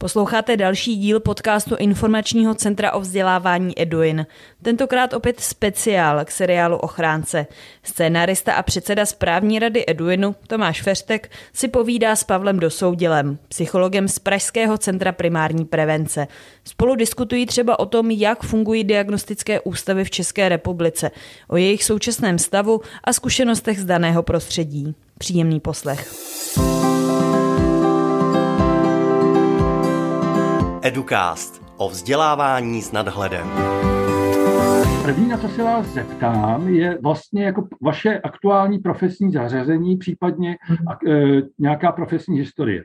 Posloucháte další díl podcastu Informačního centra o vzdělávání Eduin. Tentokrát opět speciál k seriálu Ochránce. Scénárista a předseda správní rady Eduinu Tomáš Feřtek si povídá s Pavlem Dosoudilem, psychologem z Pražského centra primární prevence. Spolu diskutují třeba o tom, jak fungují diagnostické ústavy v České republice, o jejich současném stavu a zkušenostech z daného prostředí. Příjemný poslech. Educast o vzdělávání s nadhledem. První, na co se vás zeptám, je vlastně jako vaše aktuální profesní zařazení, případně nějaká profesní historie.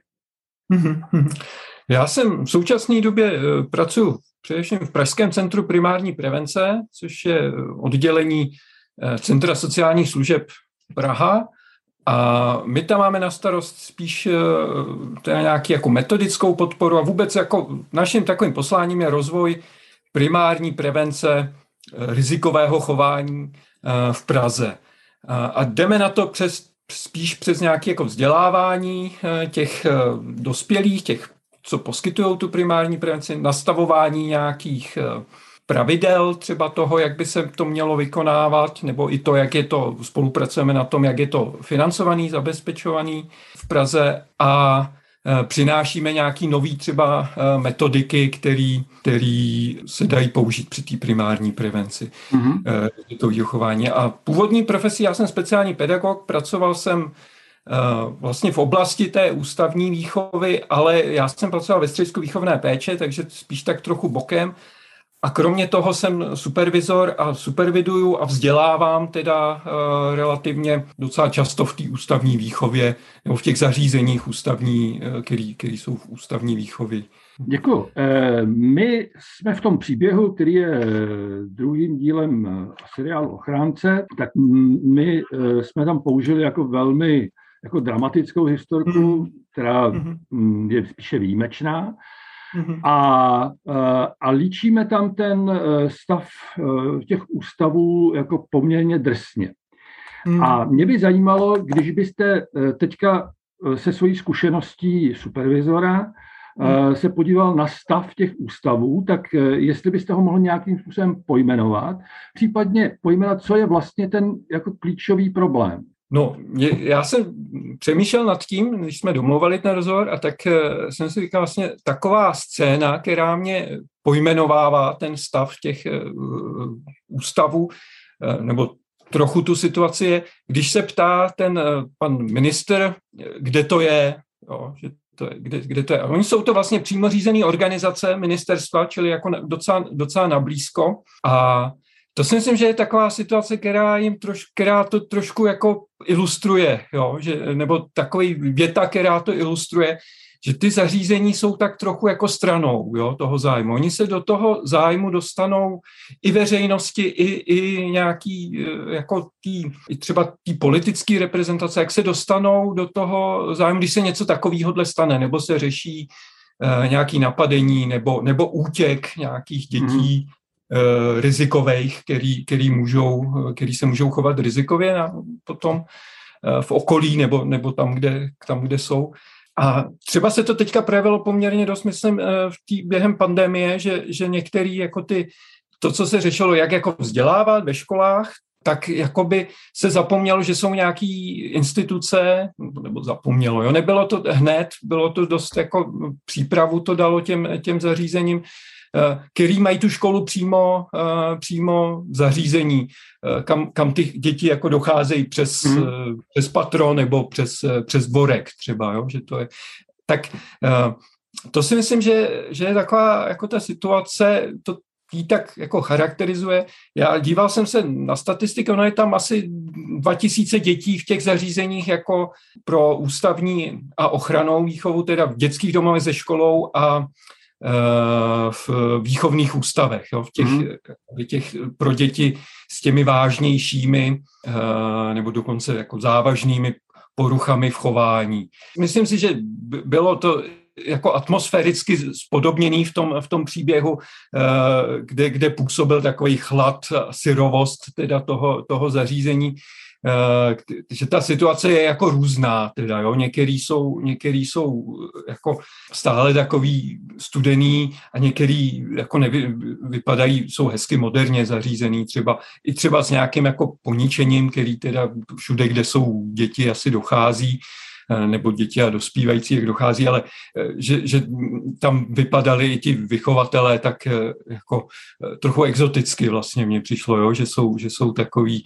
Já jsem v současné době pracuji především v Pražském centru primární prevence, což je oddělení Centra sociálních služeb Praha. A my tam máme na starost spíš nějaký jako metodickou podporu a vůbec jako naším takovým posláním je rozvoj primární prevence rizikového chování v Praze. A jdeme na to spíš přes nějaké jako vzdělávání těch dospělých, těch, co poskytují tu primární prevenci, nastavování nějakých pravidel třeba toho, jak by se to mělo vykonávat, nebo i to, jak je to, spolupracujeme na tom, jak je to financovaný, zabezpečovaný v Praze a přinášíme nějaký nový třeba metodiky, který se dají použít při té primární prevenci toho chování. A původní profesí, já jsem speciální pedagog, pracoval jsem vlastně v oblasti té ústavní výchovy, ale já jsem pracoval ve středisku výchovné péče, takže spíš tak trochu bokem. A kromě toho jsem supervizor a superviduju a vzdělávám teda relativně docela často v té ústavní výchově nebo v těch zařízeních ústavní, který jsou v ústavní výchově. Děkuji. My jsme v tom příběhu, který je druhým dílem seriálu Ochránce, tak my jsme tam použili jako velmi jako dramatickou historku, která je spíše výjimečná. A líčíme tam ten stav těch ústavů jako poměrně drsně. A mě by zajímalo, když byste teďka se svojí zkušeností supervizora se podíval na stav těch ústavů, tak jestli byste ho mohl nějakým způsobem pojmenovat, případně pojmenovat, co je vlastně ten jako klíčový problém. No, já jsem přemýšlel nad tím, když jsme domlouvali ten rozhovor, a tak jsem si říkal vlastně taková scéna, která mě pojmenovává ten stav těch ústavů, nebo trochu tu situaci je, když se ptá ten pan ministr, kde to je, jo, že kde to je. A oni jsou to vlastně přímo řízené organizace ministerstva, čili jako docela nablízko. A to si myslím, že je taková situace, která to trošku jako ilustruje, jo? Nebo takový věta, která to ilustruje, že ty zařízení jsou tak trochu jako stranou, jo, toho zájmu. Oni se do toho zájmu dostanou i veřejnosti, i nějaký jako třeba tý politický reprezentace, jak se dostanou do toho zájmu, když se něco takového stane, nebo se řeší nějaký napadení, nebo útěk nějakých dětí, rizikových, který se můžou chovat rizikově potom v okolí nebo tam, kde jsou. A třeba se to teďka projevilo poměrně dost, myslím, během pandemie, že některý jako to, co se řešilo, jak jako vzdělávat ve školách, tak jakoby se zapomnělo, že jsou nějaký instituce, nebo zapomnělo, jo, nebylo to hned, bylo to dost jako přípravu to dalo těm zařízením, který mají tu školu přímo v zařízení, kam ty děti jako docházejí přes patro nebo přes dvorek třeba, jo, že to je. Tak to si myslím, že je taková jako ta situace, to jí tak jako charakterizuje. Já díval jsem se na statistiky, ono je tam asi 2000 dětí v těch zařízeních jako pro ústavní a ochrannou výchovu, teda v dětských domovech se školou a v výchovných ústavech, jo, v těch pro děti s těmi vážnějšími nebo dokonce jako závažnými poruchami v chování. Myslím si, že bylo to jako atmosféricky spodobněný v tom příběhu, kde působil takový chlad, syrovost teda toho zařízení, že ta situace je jako různá, teda, jo. Některý jsou jako stále takový studený a některý jako vypadají, jsou hezky moderně zařízený, třeba s nějakým jako poníčením, který teda všude, kde jsou děti, asi dochází, nebo děti a dospívající, jak dochází, ale že tam vypadali i ti vychovatelé tak jako trochu exoticky vlastně mně přišlo, jo? Že jsou takový.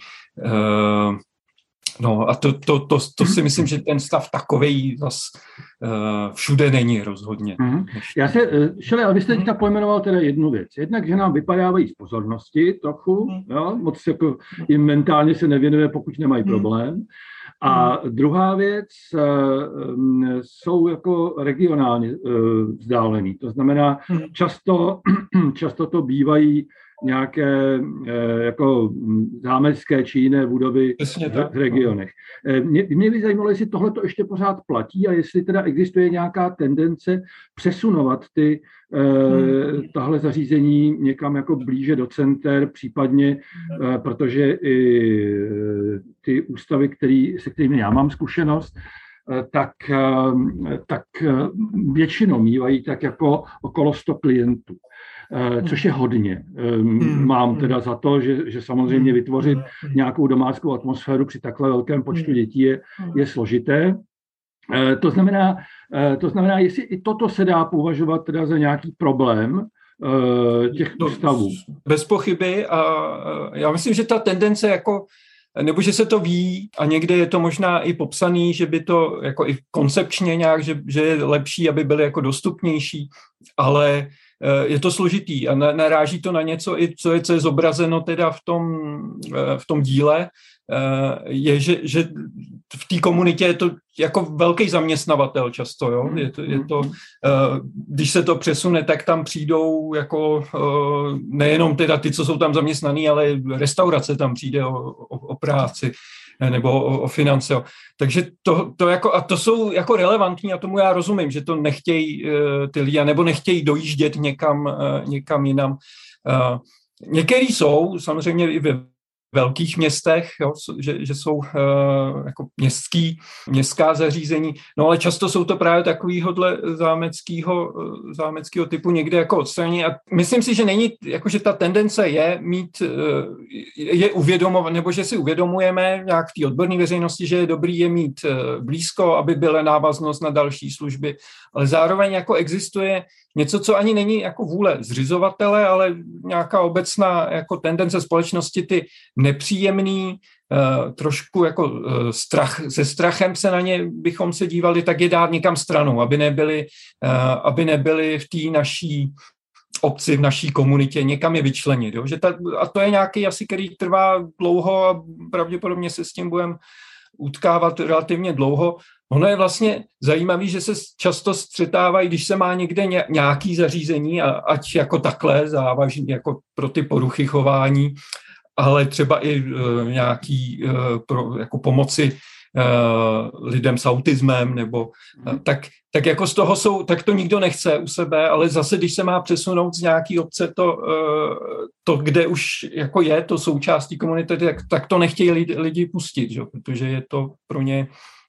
No a to si myslím, že ten stav takovej všude není rozhodně. Já se, ale vy jste teďka pojmenoval teda jednu věc. Jednak, že nám vypadávají z pozornosti trochu, jo? Moc jako jim mentálně se nevěnuje, pokud nemají problém. A druhá věc, jsou jako regionálně vzdálený. To znamená, často to bývají nějaké jako zámecké či jiné budovy v regionech. Mě by zajímalo, jestli tohle to ještě pořád platí a jestli teda existuje nějaká tendence přesunovat tahle zařízení někam jako blíže do center, případně, protože i ty ústavy, se kterými já mám zkušenost, tak většinou mívají tak jako okolo 100 klientů. Což je hodně. Mám teda za to, že samozřejmě vytvořit nějakou domáckou atmosféru při takhle velkém počtu dětí je složité. To znamená, jestli i toto se dá považovat teda za nějaký problém těch ústavů. Bez pochyby a já myslím, že ta tendence jako nebo že se to ví a někde je to možná i popsaný, že by to jako i koncepčně nějak, že je lepší, aby byly jako dostupnější, ale je to složitý a naráží to na něco, i co je zobrazeno teda v tom díle, je, že v té komunitě je to jako velký zaměstnavatel často, jo? Je to, když se to přesune, tak tam přijdou jako nejenom teda ty, co jsou tam zaměstnaný, ale restaurace tam přijde o práci nebo o finance. Jo. Takže to jako, a to jsou jako relevantní a tomu já rozumím, že to nechtějí ty lidi, nebo nechtějí dojíždět někam jinam. Některý jsou samozřejmě i ve velkých městech, jo, že jsou jako městská zařízení, no ale často jsou to právě takovýhodle zámeckého typu někde jako odstranění a myslím si, že není, jako že ta tendence je uvědomovat, nebo že si uvědomujeme nějak v té odborné veřejnosti, že je dobrý je mít blízko, aby byla návaznost na další služby, ale zároveň jako existuje něco, co ani není jako vůle zřizovatele, ale nějaká obecná jako tendence společnosti, ty nepříjemný, trošku jako se strachem se na ně bychom se dívali, tak je dát někam stranou, aby nebyli v té naší obci, v naší komunitě, někam je vyčlenit. Jo? A to je nějaký asi, který trvá dlouho a pravděpodobně se s tím budeme utkávat relativně dlouho. Ono je vlastně zajímavé, že se často střetávají, když se má někde nějaký zařízení, ať jako takhle závažný, jako pro ty poruchy chování, ale třeba i nějaký jako pomoci lidem s autismem, nebo tak jako z toho tak to nikdo nechce u sebe, ale zase, když se má přesunout z nějaký obce to kde už jako je to součástí komunity, tak to nechtějí lidi pustit, že? Protože je to pro ně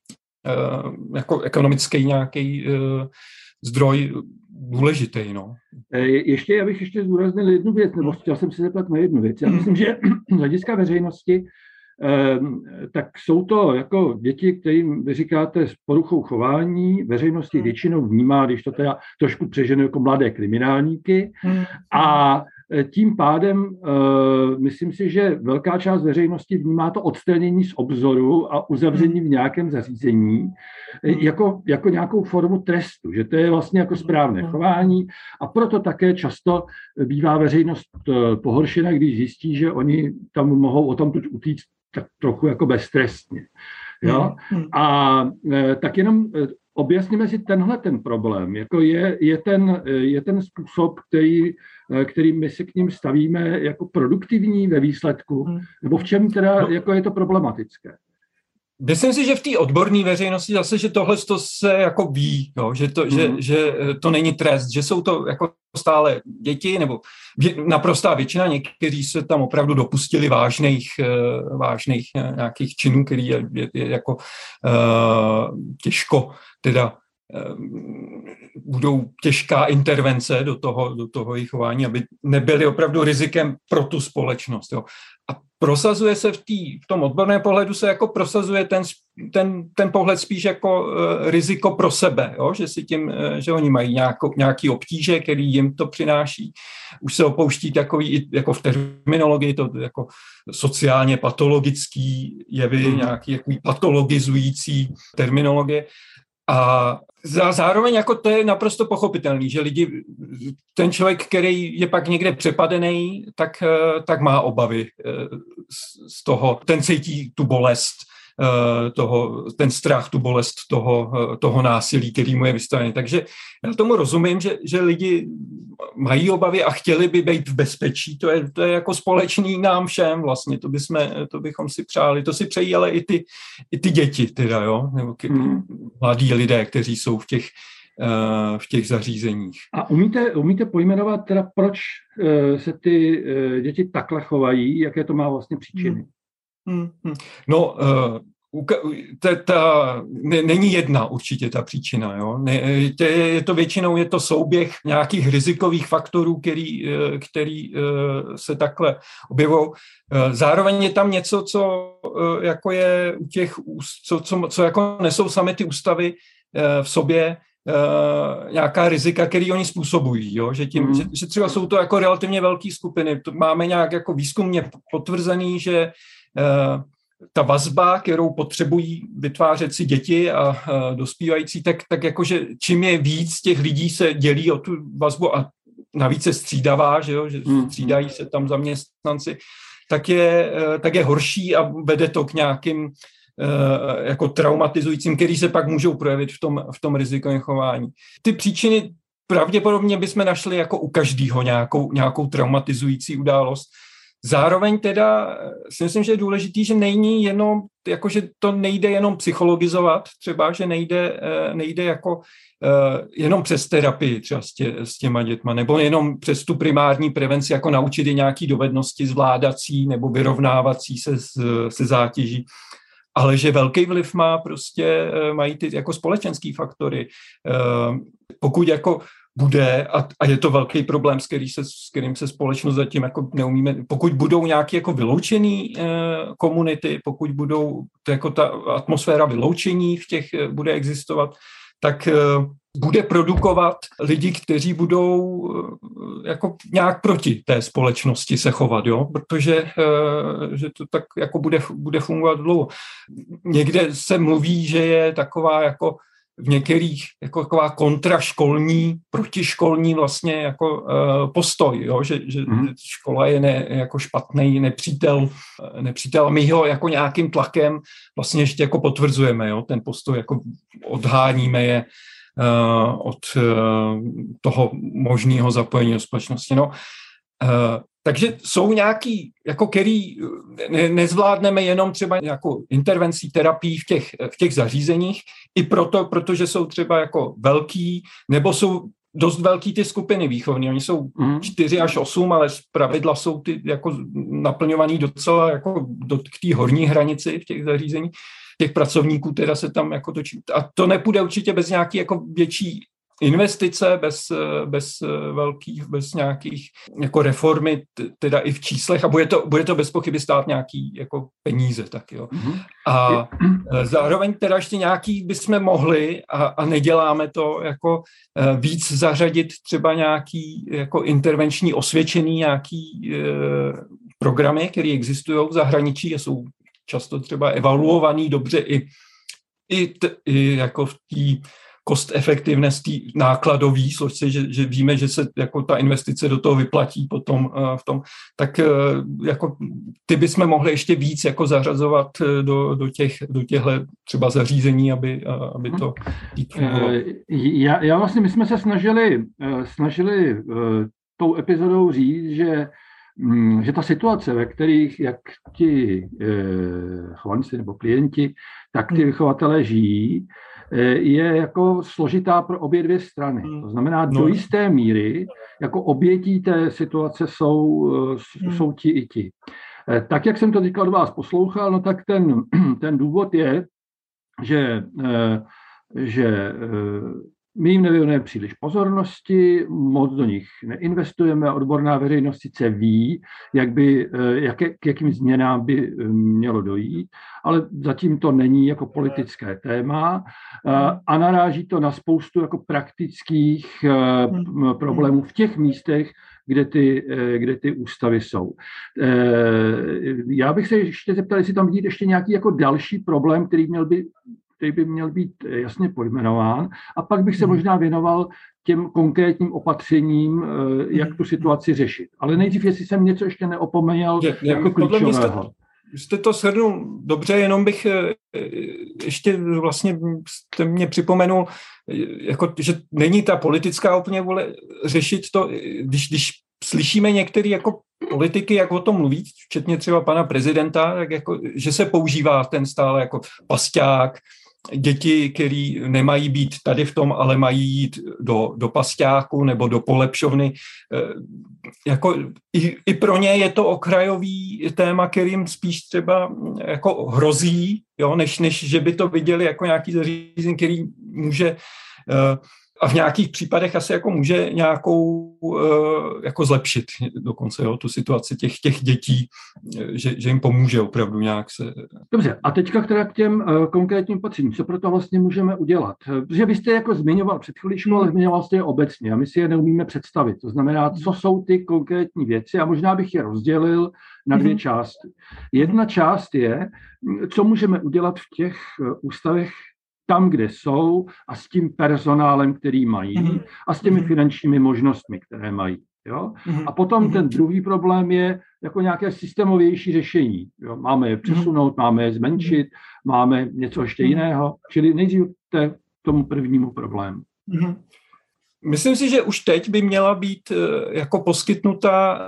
jako ekonomický nějaký zdroj důležitý. No. Já bych ještě zdůraznil jednu věc, nebo chtěl jsem se zeptat na jednu věc. Já myslím, že z hlediska veřejnosti tak jsou to jako děti, kterým vy říkáte s poruchou chování, veřejnosti většinou vnímá, když to teda trošku přeženu, jako mladé kriminálníky a tím pádem myslím si, že velká část veřejnosti vnímá to odstranění z obzoru a uzavření v nějakém zařízení jako nějakou formu trestu, že to je vlastně jako správné chování a proto také často bývá veřejnost pohoršena, když zjistí, že oni tam mohou o tom utíct tak trochu jako beztrestně. Jo? A tak jenom objasníme si tenhle ten problém. Jako je ten způsob, který my se k ním stavíme jako produktivní ve výsledku, nebo v čem teda jako je to problematické? Myslím si, že v té odborné veřejnosti zase, že tohle se jako ví, jo, že to není trest, že jsou to jako stále děti, nebo naprostá většina, někteří se tam opravdu dopustili vážných nějakých činů, který je jako těžko teda budou těžká intervence do toho jejich chování, aby nebyly opravdu rizikem pro tu společnost. Jo. A prosazuje se v tom odborném pohledu se jako prosazuje ten pohled spíš jako riziko pro sebe, jo? Že oni mají nějaký obtíže, který jim to přináší. Už se opouští takový, jako v terminologii, to jako sociálně patologický jevy, nějaký jako patologizující terminologie. A zároveň jako to je naprosto pochopitelný, že ten člověk, který je pak někde přepadený, tak má obavy z toho, ten cítí tu bolest, ten strach, tu bolest toho násilí, který mu je vystavený. Takže já tomu rozumím, že lidi mají obavy a chtěli by být v bezpečí. To je jako společný nám všem vlastně, to bychom si přáli. To si přejí ale i ty děti teda, jo? Nebo mladí lidé, kteří jsou v těch zařízeních. A umíte pojmenovat teda, proč se ty děti takhle chovají, jaké to má vlastně příčiny? No, není jedna určitě ta příčina. Jo? Je to většinou souběh nějakých rizikových faktorů, který se takhle objevují. Zároveň je tam něco, co jako je u těch, co jako nesou sami ty ústavy v sobě, nějaká rizika, který oni způsobují, jo? Že třeba jsou to jako relativně velké skupiny. Máme nějak jako výzkumně potvrzený, že ta vazba, kterou potřebují vytvářet si děti a dospívající, tak jakože čím je víc těch lidí se dělí o tu vazbu a navíc se střídavá, že střídají se tam zaměstnanci, tak je horší a vede to k nějakým jako traumatizujícím, který se pak můžou projevit v tom rizikovém chování. Ty příčiny pravděpodobně bychom našli jako u každého nějakou traumatizující událost. Zároveň teda si myslím, že je důležitý, že není jenom, jakože to nejde jenom psychologizovat, třeba, že nejde jako jenom přes terapii třeba s těma dětma, nebo jenom přes tu primární prevenci, jako naučit je nějaký dovednosti zvládací nebo vyrovnávací se zátěží, ale že velký vliv mají ty jako společenský faktory. Pokud jako bude, a je to velký problém, s kterým se společnost zatím jako neumíme, pokud budou nějaké jako vyloučené komunity, pokud budou jako ta atmosféra vyloučení v těch bude existovat, tak bude produkovat lidi, kteří budou jako nějak proti té společnosti se chovat, jo? Protože že to tak jako bude fungovat dlouho. Někde se mluví, že je taková jako v některých jako taková kontraškolní, protiškolní vlastně jako postoj, jo? Že škola je jako špatný nepřítel a my ho jako nějakým tlakem vlastně ještě jako potvrzujeme, jo? Ten postoj jako odháníme je od toho možného zapojení do společnosti. No, takže jsou nějaký, jako který nezvládneme jenom třeba nějakou intervencí terapii v těch zařízeních, i protože jsou třeba jako velký, nebo jsou dost velký ty skupiny výchovní. Oni jsou 4 až 8, ale zpravidla jsou ty jako naplňovaný docela jako k té horní hranici v těch zařízeních. Těch pracovníků teda se tam jako točí. A to nepůjde určitě bez nějaký jako větší investice, bez nějakých jako reformy, teda i v číslech, a bude to bez pochyby stát nějaký jako peníze, tak jo. A zároveň teda ještě nějaký bychom mohli, a neděláme to, jako víc zařadit třeba nějaký jako intervenční osvědčený nějaký programy, které existují v zahraničí a jsou často třeba evaluovaný dobře i jako v té cost effectiveness, nákladový složce, že víme, že se jako ta investice do toho vyplatí potom v tom, tak jako ty bychom mohli ještě víc jako zařazovat do těchto třeba zařízení, aby to fungovalo. Já vlastně, my jsme se snažili tou epizodou říct, že ta situace, ve kterých jak ti chovanci nebo klienti, tak ty vychovatelé žijí, je jako složitá pro obě dvě strany. To znamená, do jisté míry jako obětí té situace jsou ti i ti. Tak, jak jsem to teďka od vás poslouchal, no tak ten důvod je, že že my jim nevěnujeme příliš pozornosti, moc do nich neinvestujeme, odborná veřejnost sice ví, k jakým změnám by mělo dojít, ale zatím to není jako politické téma a naráží to na spoustu jako praktických problémů v těch místech, kde ty ústavy jsou. Já bych se ještě zeptal, jestli tam vidíte ještě nějaký jako další problém, který by měl být jasně pojmenován, a pak bych se možná věnoval těm konkrétním opatřením, jak tu situaci řešit. Ale nejdřív, jestli jsem něco ještě neopomněl jako klíčového. Jste to shrnul dobře, jenom bych ještě vlastně jste mě připomenul, jako, že není ta politická úplně vůle řešit to, když slyšíme některé jako politiky, jak o tom mluví, včetně třeba pana prezidenta, tak jako, že se používá ten stále jako pasťák, děti, který nemají být tady v tom, ale mají jít do pasťáku nebo do polepšovny. Jako i pro ně je to okrajový téma, kterým spíš třeba jako hrozí, jo, než že by to viděli jako nějaký zařízení, který může a v nějakých případech asi jako může nějakou jako zlepšit dokonce, jo, tu situaci těch dětí, že jim pomůže opravdu nějak se... Dobře, a teďka teda k těm konkrétním opatřením. Co pro to vlastně můžeme udělat? Protože vy jste jako zmiňoval před chvíličkou, ale zmiňoval jste je obecně a my si je neumíme představit. To znamená, co jsou ty konkrétní věci a možná bych je rozdělil na dvě části. Jedna část je, co můžeme udělat v těch ústavech tam, kde jsou a s tím personálem, který mají a s těmi finančními možnostmi, které mají. Jo? A potom ten druhý problém je jako nějaké systémovější řešení. Jo? Máme je přesunout, máme je zmenšit, máme něco ještě jiného. Čili nejdřív tomu prvnímu problému. Myslím si, že už teď by měla být jako poskytnuta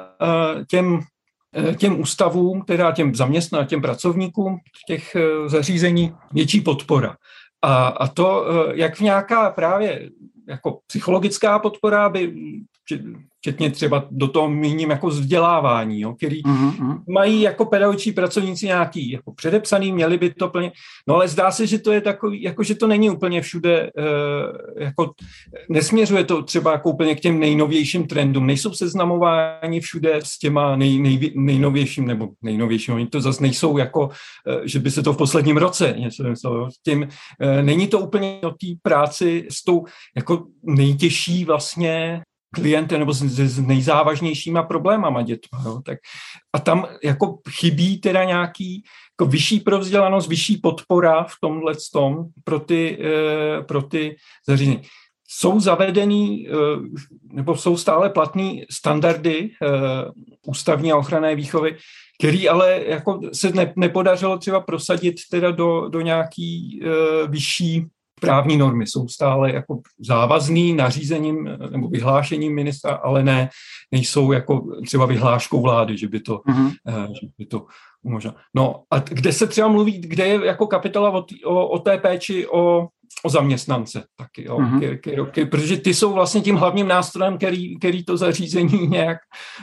těm ústavům, teda těm pracovníkům těch zařízení větší podpora. A to, jak nějaká právě jako psychologická podpora by, včetně třeba do toho míním jako vzdělávání, jo, který mají jako pedagogičtí pracovníci nějaký jako předepsaný, měli by to plně, no ale zdá se, že to je takový, jako že to není úplně všude, jako nesměřuje to třeba jako úplně k těm nejnovějším trendům, nejsou seznamováni všude s těma nejnovějším, oni to zase nejsou jako, že by se to v posledním roce něco myslelo, tím není to úplně o té práci s tou jako nejtěžší vlastně klienty nebo s nejzávažnějšíma problémama dětma. Jo? Tak, a tam jako chybí teda nějaký jako vyšší provzdělanost, vyšší podpora v tomhletom pro ty zařízení. Jsou zavedený nebo jsou stále platný standardy ústavní a ochranné výchovy, který ale jako se nepodařilo třeba prosadit teda do nějaký vyšší právní normy. Jsou stále jako závazný nařízením nebo vyhlášením ministra, ale nejsou jako třeba vyhláškou vlády, že by to umožnilo. No a kde se třeba mluví, kde je jako kapitola o té péči o zaměstnance taky, jo, protože ty jsou vlastně tím hlavním nástrojem, který to zařízení nějak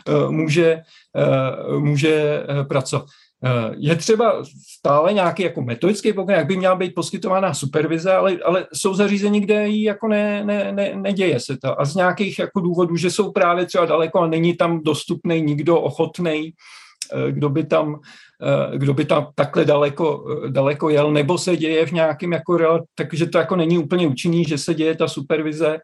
může pracovat. Je třeba stále nějaký jako metodický pokyn, jak by měla být poskytována supervize, ale jsou zařízení, kde jí jako neděje se to. A z nějakých jako důvodů, že jsou právě třeba daleko a není tam dostupný nikdo ochotnej, kdo by tam takhle daleko jel, nebo se děje v nějakém jako takže to jako není úplně účinný, že se děje ta supervize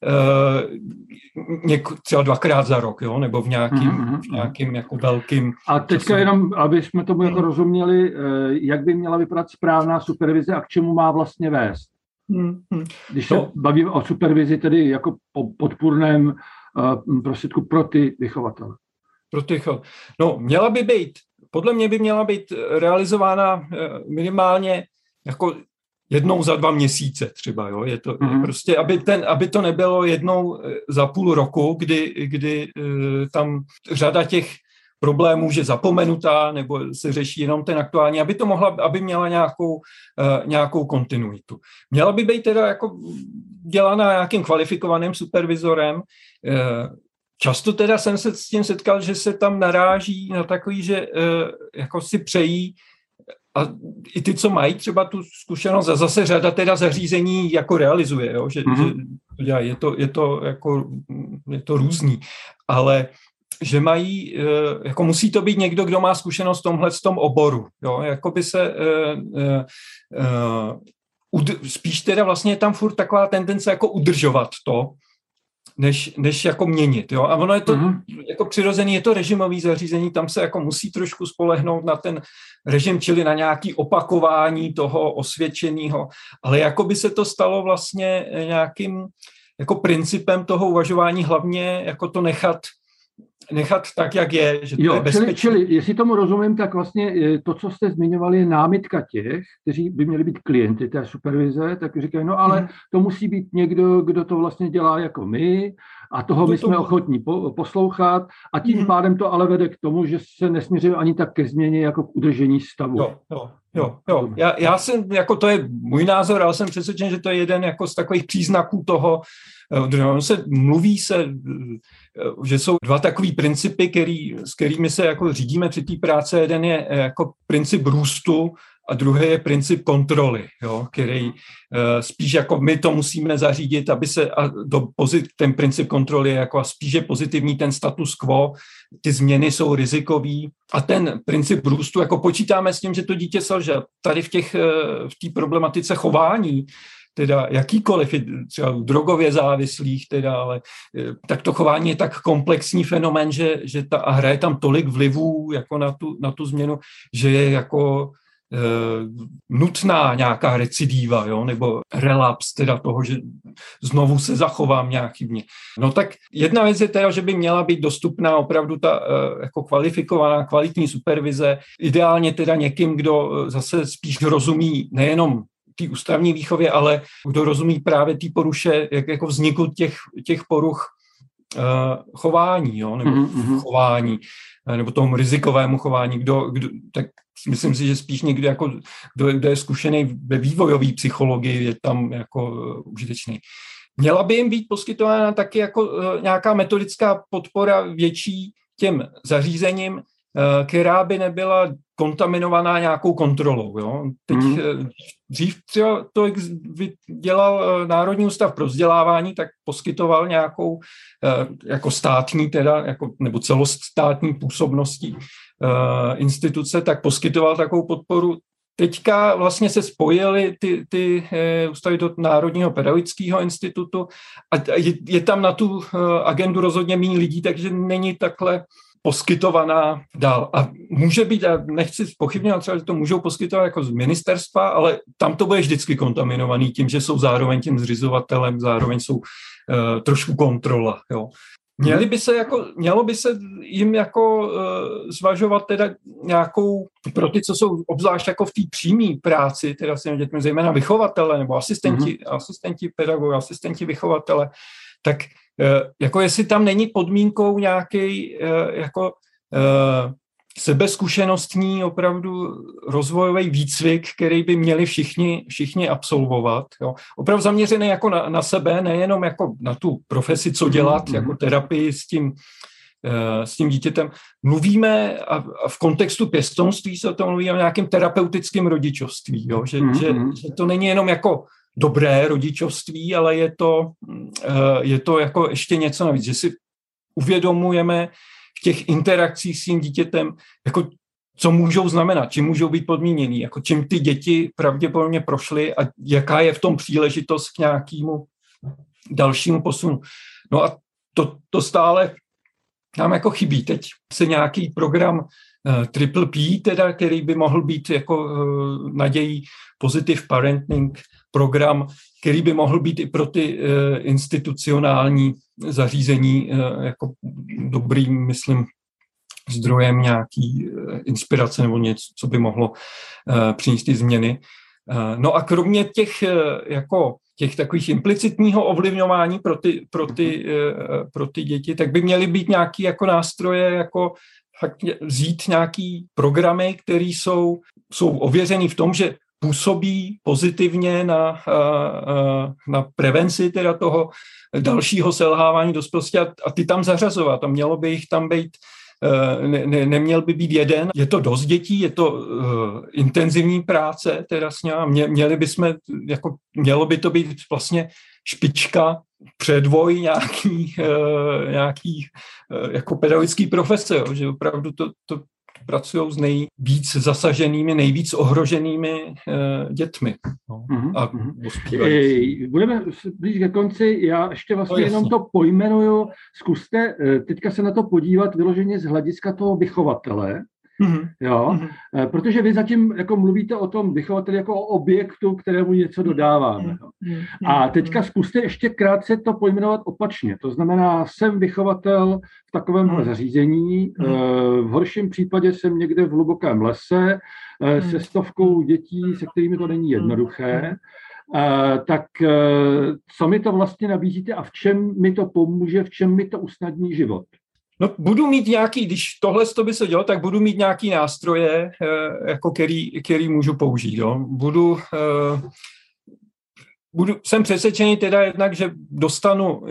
třeba 2krát za rok, jo, nebo v nějakým jako velkým... A teďka jenom, aby jsme tomu jako rozuměli, jak by měla vypadat správná supervize a k čemu má vlastně vést. Když se bavíme o supervizi, tedy jako o podpůrném prostředku pro ty vychovatele. No, podle mě by měla být realizována minimálně jako jednou za 2 měsíce třeba, jo, je to prostě, aby to nebylo jednou za půl roku, kdy tam řada těch problémů je zapomenutá, nebo se řeší jenom ten aktuální, aby měla nějakou kontinuitu. Měla by být teda jako dělaná nějakým kvalifikovaným supervizorem. Často teda jsem se s tím setkal, že se tam naráží na takový, že jako si přejí, a i ty, co mají třeba tu zkušenost, a zase řada teda zařízení jako realizuje, jo, že je to různý, ale že mají, jako musí to být někdo, kdo má zkušenost v tom oboru, jo, jako by se spíš teda vlastně je tam furt taková tendence jako udržovat to, než jako měnit, jo, a ono je to jako přirozený, je to režimový zařízení, tam se jako musí trošku spolehnout na ten režim, čili na nějaké opakování toho osvědčeného, ale jako by se to stalo vlastně nějakým jako principem toho uvažování, hlavně jako to nechat tak, jak je, že to je bezpečné. Čili, jestli tomu rozumím, tak vlastně to, co jste zmiňovali, je námitka těch, kteří by měli být klienty té supervize, tak říkají, no ale to musí být někdo, kdo to vlastně dělá jako my a toho my jsme ochotní poslouchat a tím pádem to ale vede k tomu, že se nesměřuje ani tak ke změně, jako k udržení stavu. Jo. Já jsem, jako to je můj názor, ale jsem přesvědčen, že to je jeden jako z takových příznaků toho, mluví se, že jsou dva takový principy, s kterými se jako řídíme při té práci. Jeden je jako princip růstu a druhý je princip kontroly, jo, který spíš jako my to musíme zařídit, aby se ten princip kontroly je jako spíš je pozitivní, ten status quo, ty změny jsou rizikový a ten princip růstu, jako počítáme s tím, že to dítě selže. Tady v té problematice chování, teda jakýkoliv, třeba drogově závislých, teda, ale tak to chování je tak komplexní fenomén, že a hraje tam tolik vlivů jako na tu změnu, že je jako nutná nějaká recidiva, jo, nebo relaps teda toho, že znovu se zachovám nějak chybně. No tak jedna věc je teda, že by měla být dostupná opravdu ta jako kvalifikovaná, kvalitní supervize, ideálně teda někým, kdo zase spíš rozumí nejenom té ústavní výchově, ale kdo rozumí právě té poruše, jako vzniku těch poruch chování, jo, nebo chování, nebo tomu rizikovému chování, tak myslím si, že spíš někdo, jako, kdo je zkušený ve vývojové psychologii, je tam jako užitečný. Měla by jim být poskytována taky jako nějaká metodická podpora větší těm zařízením, která by nebyla kontaminovaná nějakou kontrolou. Jo? Teď dřív třeba to dělal Národní ústav pro vzdělávání, tak poskytoval nějakou jako státní teda, jako, nebo celostátní působností instituce, tak poskytoval takovou podporu. Teďka vlastně se spojily ty ústavy do Národního pedagogického institutu a je tam na tu agendu rozhodně méně lidí, takže není takhle poskytovaná dál. A může být, a nechci zpochybňovat třeba, že to můžou poskytovat jako z ministerstva, ale tam to bude vždycky kontaminovaný tím, že jsou zároveň tím zřizovatelem, zároveň jsou trošku kontrola. Jo. Mělo by se jim jako zvažovat teda nějakou, pro ty, co jsou obzvlášť jako v té přímé práci, teda s těmi dětmi, zejména vychovatele nebo asistenti pedagogů, asistenti vychovatele, tak jako jestli tam není podmínkou nějaký jako sebezkušenostní opravdu rozvojový výcvik, který by měli všichni absolvovat. Jo. Opravdu zaměřený jako na sebe, nejenom jako na tu profesi, co dělat, jako terapii s tím dítětem. Mluvíme a v kontextu pěstounství se to mluví o nějakém terapeutickém rodičovství, jo. Že to není jenom jako dobré rodičovství, ale je to jako ještě něco navíc, že si uvědomujeme v těch interakcích s tím dítětem, jako co můžou znamenat, čím můžou být podmíněný, jako čím ty děti pravděpodobně prošly a jaká je v tom příležitost k nějakému dalšímu posunu. No a to stále nám jako chybí. Teď se nějaký program Triple P, teda, který by mohl být jako nadějí Positive Parenting program, který by mohl být i pro ty institucionální zařízení jako dobrým, myslím, zdrojem nějaký inspirace nebo něco, co by mohlo přinést ty změny. No a kromě těch takových implicitního ovlivňování pro ty děti, tak by měly být nějaký jako nástroje, jako vzít nějaký programy, které jsou ověřený v tom, že působí pozitivně na prevenci teda toho dalšího selhávání dospělosti a ty tam zařazovat. A mělo by jich tam být neměl by být jeden. Je to dost dětí, je to intenzivní práce, teda s ním. Mělo by to být vlastně špička, předvoj nějaký jako pedagogický profese, jo, že opravdu to pracují s nejvíc zasaženými, nejvíc ohroženými dětmi. No, a budeme blíž ke konci, já ještě vlastně jenom to pojmenuju. Zkuste teďka se na to podívat vyloženě z hlediska toho vychovatele, jo? Protože vy zatím jako mluvíte o tom vychovateli jako o objektu, kterému něco dodáváme. A teďka zkuste ještě krátce to pojmenovat opačně. To znamená, jsem vychovatel v takovémhle zařízení, v horším případě jsem někde v hlubokém lese se 100 dětí, se kterými to není jednoduché. Tak co mi to vlastně nabízíte a v čem mi to pomůže, v čem mi to usnadní život? No, budu mít nějaký, když tohle by se dělo, tak budu mít nějaký nástroje, jako který můžu použít. Jo. Jsem přesvědčený teda jednak, že dostanu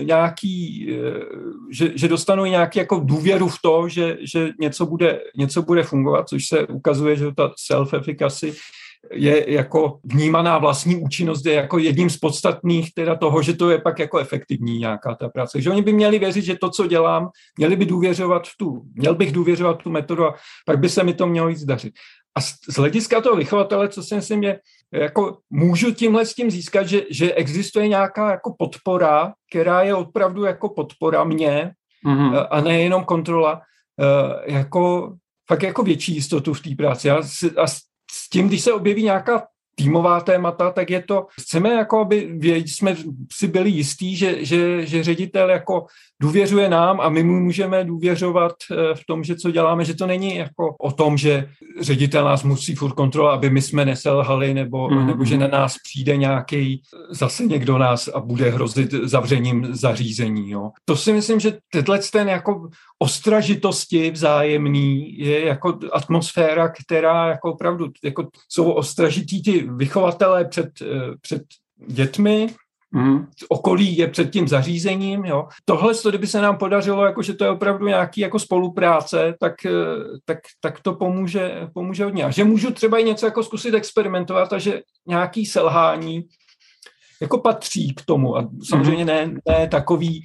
nějaký jako důvěru v to, že něco bude fungovat, což se ukazuje, že ta self-efficacy je jako vnímaná vlastní účinnost, je jako jedním z podstatných teda toho, že to je pak jako efektivní nějaká ta práce. Takže oni by měli věřit, že to, co dělám, měl bych důvěřovat tu metodu a pak by se mi to mělo víc dařit. A z hlediska toho vychovatele, co si myslím, je, jako můžu tímhle s tím získat, že existuje nějaká jako podpora, která je opravdu jako podpora mě a nejenom kontrola, jako fakt jako větší jistotu v té práci. A s tím, když se objeví nějaká týmová témata, tak je to, chceme jako, aby jsme si byli jistí, že ředitel jako důvěřuje nám a my mu můžeme důvěřovat v tom, že co děláme, že to není jako o tom, že ředitel nás musí furt kontrolovat, aby my jsme neselhali, nebo že na nás přijde nějaký zase někdo nás a bude hrozit zavřením zařízení. Jo. To si myslím, že ten jako ostražitosti vzájemný je jako atmosféra, která jako opravdu jako jsou ostražití ty vychovatelé před dětmi, okolí je před tím zařízením. Jo. Tohle, kdyby se nám podařilo, jako, že to je opravdu nějaký jako spolupráce, tak to pomůže hodně. A že můžu třeba i něco jako zkusit experimentovat a že nějaký selhání jako patří k tomu. A samozřejmě ne takový,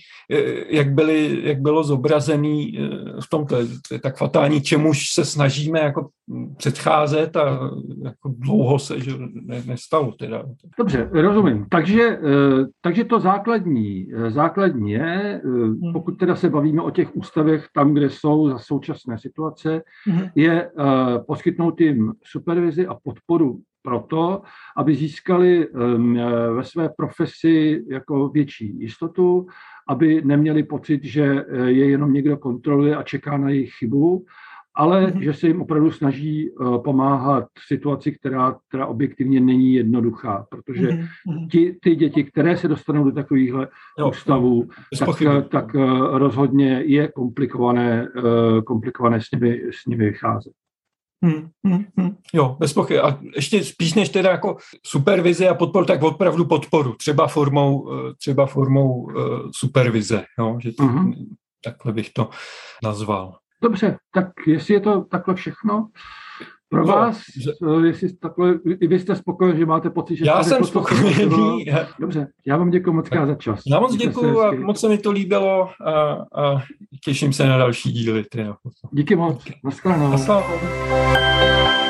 jak bylo zobrazený v tomto. To je tak fatální, čemuž se snažíme jako předcházet a jako dlouho se že nestalo. Teda. Dobře, rozumím. Takže to základní je, pokud teda se bavíme o těch ústavech tam, kde jsou za současné situace, je poskytnout jim supervizi a podporu proto, aby získali ve své profesi jako větší jistotu, aby neměli pocit, že je jenom někdo kontroluje a čeká na jejich chybu, ale že se jim opravdu snaží pomáhat v situaci, která objektivně není jednoduchá, protože ty děti, které se dostanou do takovýchhle ústavů, tak rozhodně je komplikované s nimi vycházet. Jo, bez pochyby. A ještě spíš než teda jako supervize a podporu, tak opravdu podporu. Třeba formou supervize. Jo, že takhle bych to nazval. Dobře, tak jestli je to takhle všechno pro vás, jestli takhle, i vy jste spokojený, že máte pocit, že... Já jsem spokojený. Dobře, já vám děkuji moc krát za čas. Já moc děkuji a moc se mi to líbilo a těším se na další díly. Díky moc. Naschledanou.